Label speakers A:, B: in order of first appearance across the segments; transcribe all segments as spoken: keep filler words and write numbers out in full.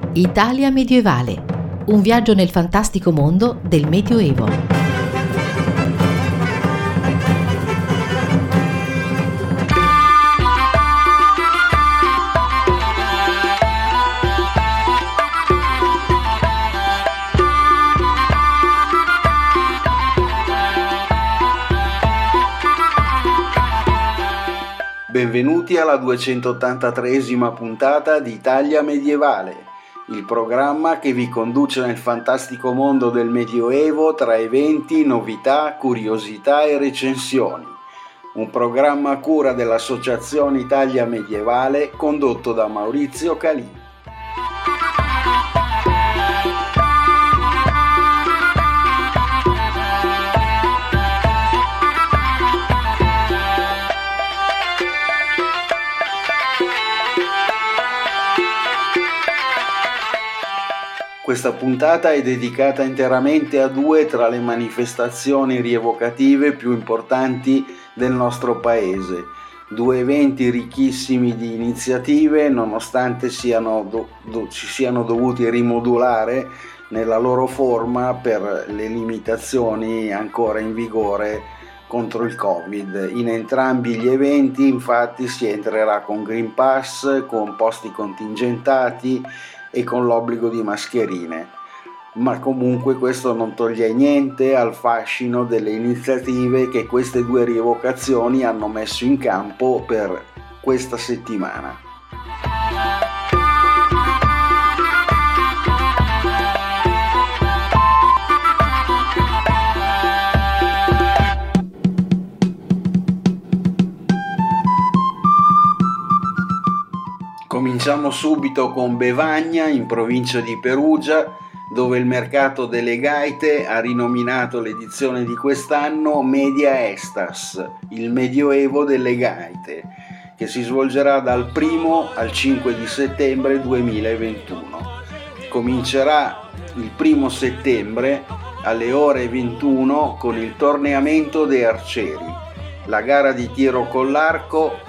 A: Italia medievale. Un viaggio nel fantastico mondo del Medioevo.
B: Benvenuti alla duecentottantatreesima puntata di Italia medievale, il programma che vi conduce nel fantastico mondo del Medioevo tra eventi, novità, curiosità e recensioni. Un programma a cura dell'Associazione Italia Medievale condotto da Maurizio Calì. Questa puntata è dedicata interamente a due tra le manifestazioni rievocative più importanti del nostro paese, due eventi ricchissimi di iniziative nonostante siano do, do, ci siano dovuti rimodulare nella loro forma per le limitazioni ancora in vigore contro il Covid. In entrambi gli eventi infatti si entrerà con Green Pass, con posti contingentati e con l'obbligo di mascherine, ma comunque questo non toglie niente al fascino delle iniziative che queste due rievocazioni hanno messo in campo per questa settimana. Cominciamo subito con Bevagna, in provincia di Perugia, dove il mercato delle gaite ha rinominato l'edizione di quest'anno Media Estas, il Medioevo delle gaite, che si svolgerà dal primo al cinque di settembre duemilaventuno. Comincerà il primo settembre alle ore ventuno con il torneamento dei arcieri, la gara di tiro con l'arco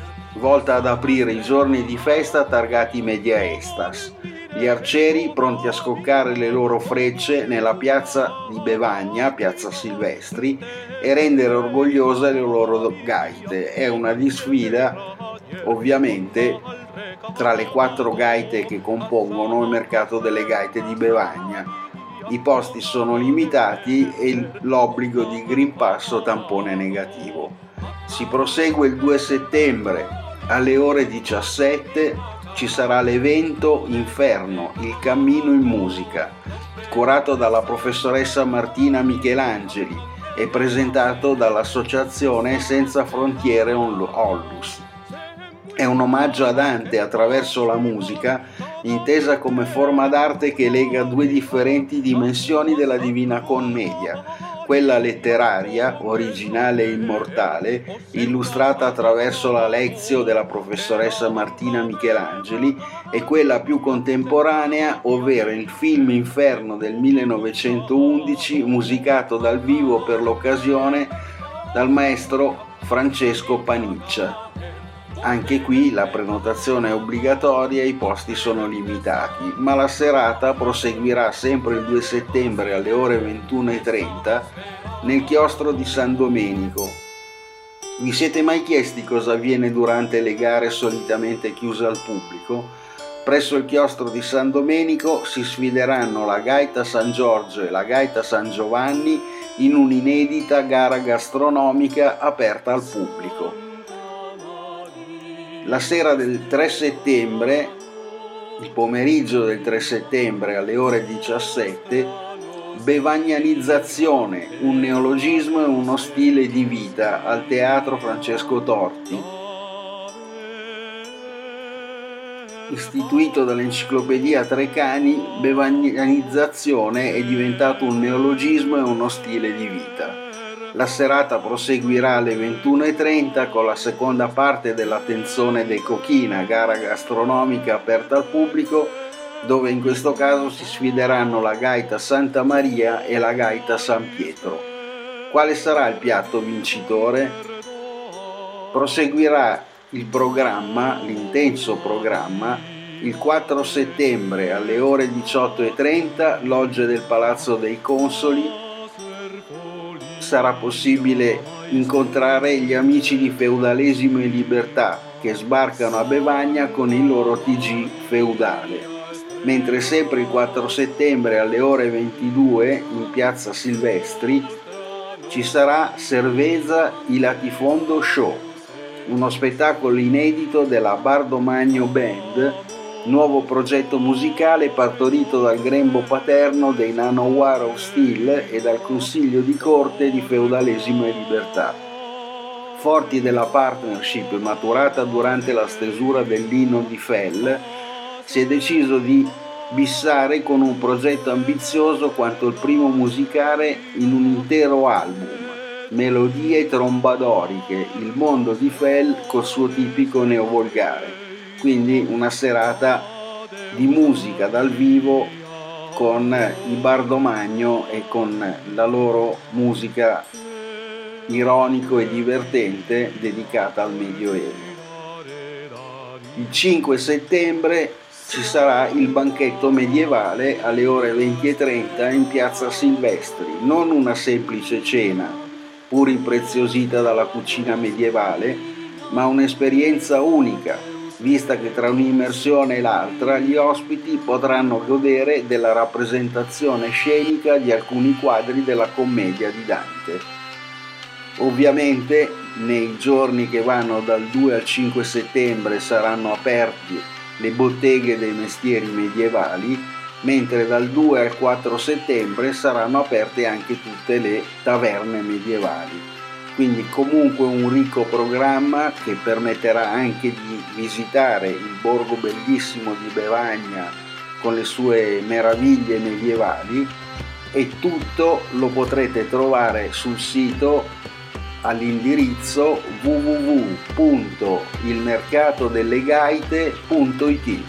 B: volta ad aprire i giorni di festa targati Media Estas. Gli arcieri pronti a scoccare le loro frecce nella piazza di Bevagna, piazza Silvestri, e rendere orgogliose le loro gaite. È una disfida ovviamente tra le quattro gaite che compongono il mercato delle gaite di Bevagna. I posti sono limitati e l'obbligo di Green Pass o tampone negativo. Si prosegue il due settembre alle ore diciassette, ci sarà l'evento Inferno, il cammino in musica, curato dalla professoressa Martina Michelangeli e presentato dall'associazione Senza Frontiere Onlus. È un omaggio a Dante attraverso la musica, intesa come forma d'arte che lega due differenti dimensioni della Divina Commedia, quella letteraria, originale e immortale, illustrata attraverso la Lectio della professoressa Martina Michelangeli, e quella più contemporanea, ovvero il film Inferno del millenovecentoundici, musicato dal vivo per l'occasione dal maestro Francesco Paniccia. Anche qui la prenotazione è obbligatoria e i posti sono limitati, ma la serata proseguirà sempre il due settembre alle ore ventuno e trenta nel chiostro di San Domenico. Vi siete mai chiesti cosa avviene durante le gare solitamente chiuse al pubblico? Presso il chiostro di San Domenico si sfideranno la gaita San Giorgio e la gaita San Giovanni in un'inedita gara gastronomica aperta al pubblico. La sera del tre settembre, il pomeriggio del tre settembre alle ore diciassette, Bevagnanizzazione, un neologismo e uno stile di vita al Teatro Francesco Torti. Istituito dall'enciclopedia Treccani, Bevagnanizzazione è diventato un neologismo e uno stile di vita. La serata proseguirà alle ventuno e trenta con la seconda parte della Tenzone de Cochina, gara gastronomica aperta al pubblico, dove in questo caso si sfideranno la gaita Santa Maria e la gaita San Pietro. Quale sarà il piatto vincitore? Proseguirà il programma, l'intenso programma, Il quattro settembre alle ore diciotto e trenta, logge del Palazzo dei Consoli, sarà possibile incontrare gli amici di Feudalesimo e Libertà che sbarcano a Bevagna con il loro T G feudale. Mentre sempre il quattro settembre alle ore ventidue in piazza Silvestri ci sarà Cerveza y Latifondo Show, uno spettacolo inedito della Bardomagno Band, nuovo progetto musicale partorito dal grembo paterno dei Nanowar of Steel e dal Consiglio di Corte di Feudalesimo e Libertà. Forti della partnership maturata durante la stesura dell'inno di Fell, si è deciso di bissare con un progetto ambizioso quanto il primo musicale in un intero album, melodie trombadoriche, il mondo di Fell col suo tipico neovolgare. Quindi una serata di musica dal vivo con i Bardomagno e con la loro musica ironico e divertente dedicata al Medioevo. Il cinque settembre ci sarà il banchetto medievale alle ore venti e trenta in piazza Silvestri, non una semplice cena, pur impreziosita dalla cucina medievale, ma un'esperienza unica, vista che tra un'immersione e l'altra gli ospiti potranno godere della rappresentazione scenica di alcuni quadri della commedia di Dante. Ovviamente nei giorni che vanno dal due al cinque settembre saranno aperti le botteghe dei mestieri medievali, mentre dal due al quattro settembre saranno aperte anche tutte le taverne medievali. Quindi comunque un ricco programma che permetterà anche di visitare il borgo bellissimo di Bevagna con le sue meraviglie medievali, e tutto lo potrete trovare sul sito all'indirizzo w w w punto il mercato delle gaite punto i t.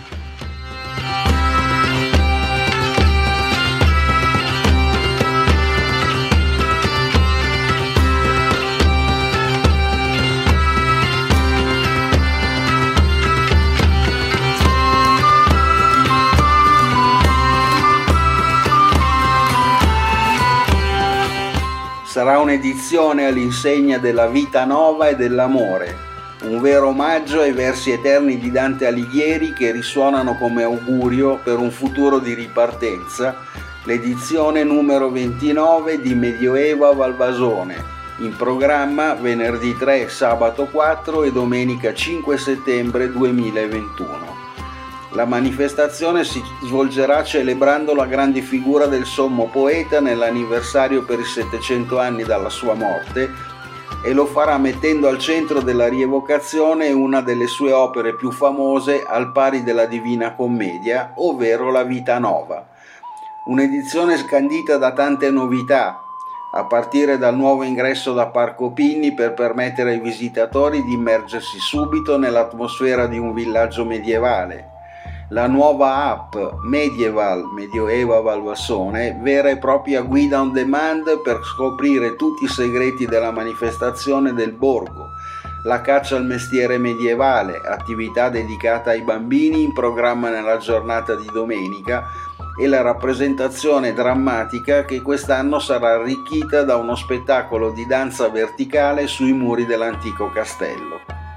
B: Sarà un'edizione all'insegna della vita nova e dell'amore, un vero omaggio ai versi eterni di Dante Alighieri che risuonano come augurio per un futuro di ripartenza, l'edizione numero ventinove di Medioevo a Valvasone, in programma venerdì tre, sabato quattro e domenica cinque settembre duemilaventuno. La manifestazione si svolgerà celebrando la grande figura del sommo poeta nell'anniversario per i settecento anni dalla sua morte, e lo farà mettendo al centro della rievocazione una delle sue opere più famose al pari della Divina Commedia, ovvero la Vita Nova. Un'edizione scandita da tante novità, a partire dal nuovo ingresso da Parco Pinni per permettere ai visitatori di immergersi subito nell'atmosfera di un villaggio medievale, la nuova app Medieval Medioevo a Valvasone, vera e propria guida on demand per scoprire tutti i segreti della manifestazione del borgo, la caccia al mestiere medievale, attività dedicata ai bambini in programma nella giornata di domenica, e la rappresentazione drammatica che quest'anno sarà arricchita da uno spettacolo di danza verticale sui muri dell'antico castello.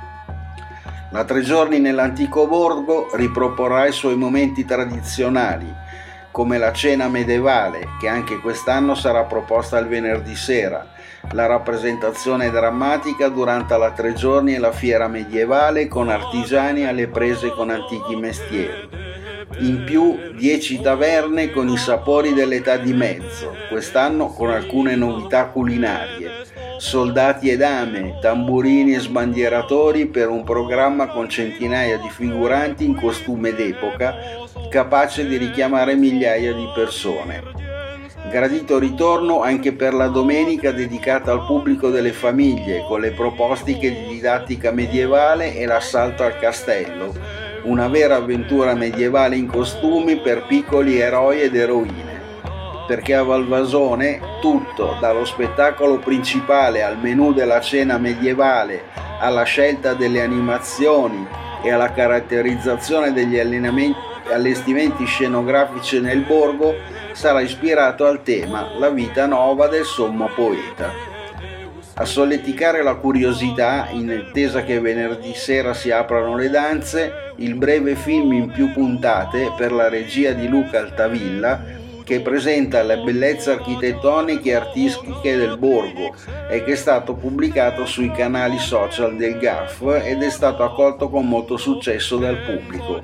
B: La Tre Giorni nell'antico borgo riproporrà i suoi momenti tradizionali, come la cena medievale, che anche quest'anno sarà proposta il venerdì sera, la rappresentazione drammatica durante la Tre Giorni e la fiera medievale con artigiani alle prese con antichi mestieri. In più dieci taverne con i sapori dell'età di mezzo, quest'anno con alcune novità culinarie. Soldati e dame, tamburini e sbandieratori per un programma con centinaia di figuranti in costume d'epoca, capace di richiamare migliaia di persone. Gradito ritorno anche per la domenica dedicata al pubblico delle famiglie, con le propostiche di didattica medievale e l'assalto al castello, una vera avventura medievale in costumi per piccoli eroi ed eroine. Perché a Valvasone tutto, dallo spettacolo principale al menù della cena medievale, alla scelta delle animazioni e alla caratterizzazione degli allestimenti scenografici nel borgo sarà ispirato al tema La vita nova del sommo poeta. A solleticare la curiosità, in attesa che venerdì sera si aprano le danze, il breve film in più puntate per la regia di Luca Altavilla, che presenta le bellezze architettoniche e artistiche del borgo e che è stato pubblicato sui canali social del G A F ed è stato accolto con molto successo dal pubblico.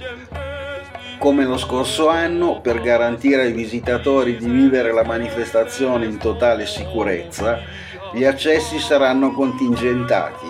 B: Come lo scorso anno, per garantire ai visitatori di vivere la manifestazione in totale sicurezza, gli accessi saranno contingentati.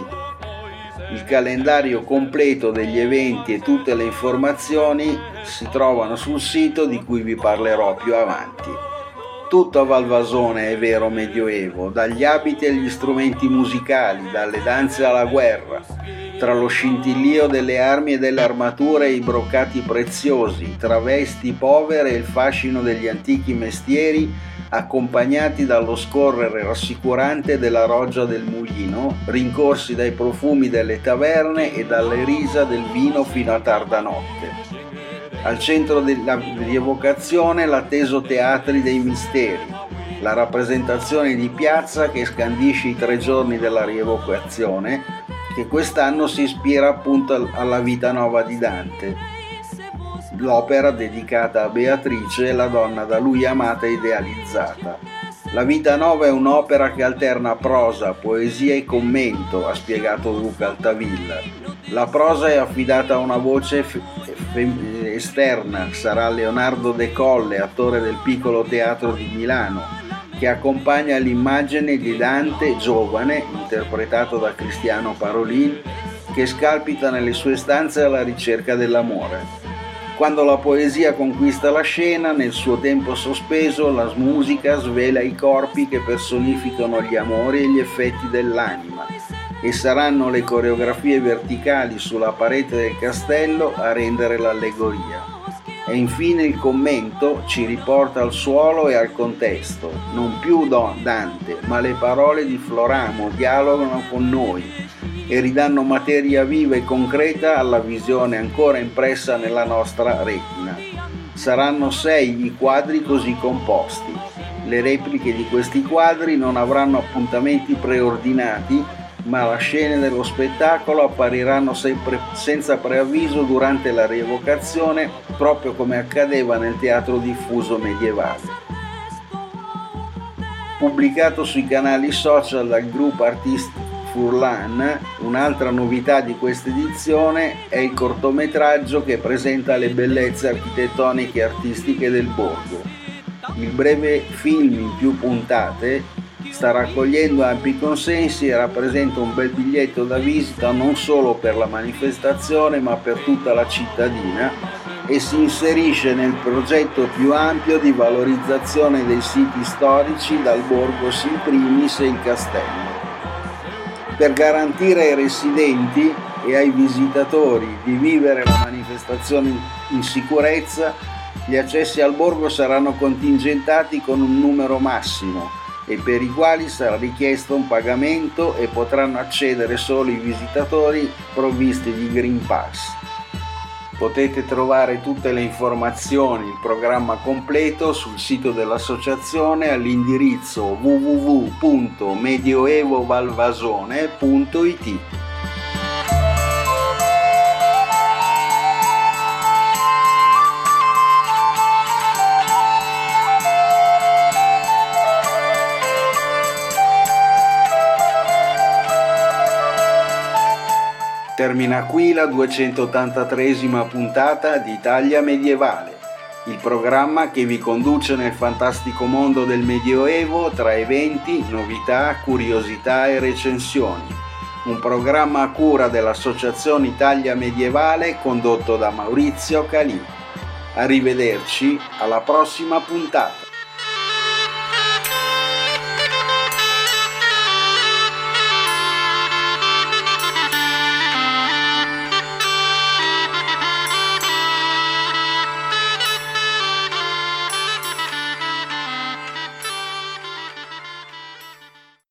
B: Il calendario completo degli eventi e tutte le informazioni si trovano sul sito di cui vi parlerò più avanti. Tutto a Valvasone è vero medioevo, dagli abiti agli strumenti musicali, dalle danze alla guerra, tra lo scintillio delle armi e delle armature e i broccati preziosi, tra vesti povere e il fascino degli antichi mestieri, accompagnati dallo scorrere rassicurante della roggia del mulino, rincorsi dai profumi delle taverne e dalle risa del vino fino a tarda notte. Al centro della rievocazione l'atteso Teatri dei Misteri, la rappresentazione di piazza che scandisce i tre giorni della rievocazione, che quest'anno si ispira appunto alla vita nova di Dante. L'opera dedicata a Beatrice, la donna da lui amata e idealizzata. La vita nova è un'opera che alterna prosa, poesia e commento, ha spiegato Luca Altavilla. La prosa è affidata a una voce f- f- esterna, sarà Leonardo De Colle, attore del Piccolo Teatro di Milano, che accompagna l'immagine di Dante giovane, interpretato da Cristiano Parolin, che scalpita nelle sue stanze alla ricerca dell'amore. Quando la poesia conquista la scena, nel suo tempo sospeso, la musica svela i corpi che personificano gli amori e gli effetti dell'anima, e saranno le coreografie verticali sulla parete del castello a rendere l'allegoria. E infine il commento ci riporta al suolo e al contesto. Non più Dante, ma le parole di Floramo dialogano con noi e ridanno materia viva e concreta alla visione ancora impressa nella nostra retina. Saranno sei i quadri così composti. Le repliche di questi quadri non avranno appuntamenti preordinati, ma le scene dello spettacolo appariranno sempre senza preavviso durante la rievocazione, proprio come accadeva nel teatro diffuso medievale. Pubblicato sui canali social dal gruppo Artisti Furlan, un'altra novità di questa edizione è il cortometraggio che presenta le bellezze architettoniche e artistiche del borgo. Il breve film in più puntate sta raccogliendo ampi consensi e rappresenta un bel biglietto da visita non solo per la manifestazione ma per tutta la cittadina e si inserisce nel progetto più ampio di valorizzazione dei siti storici dal borgo in primis e il castello. Per garantire ai residenti e ai visitatori di vivere la manifestazione in sicurezza, gli accessi al borgo saranno contingentati con un numero massimo e per i quali sarà richiesto un pagamento e potranno accedere solo i visitatori provvisti di Green Pass. Potete trovare tutte le informazioni, il programma completo sul sito dell'associazione all'indirizzo w w w punto medioevovalvasone punto i t. Termina qui la duecentottantatreesima puntata di Italia Medievale, il programma che vi conduce nel fantastico mondo del Medioevo tra eventi, novità, curiosità e recensioni. Un programma a cura dell'Associazione Italia Medievale condotto da Maurizio Calì. Arrivederci, alla prossima puntata.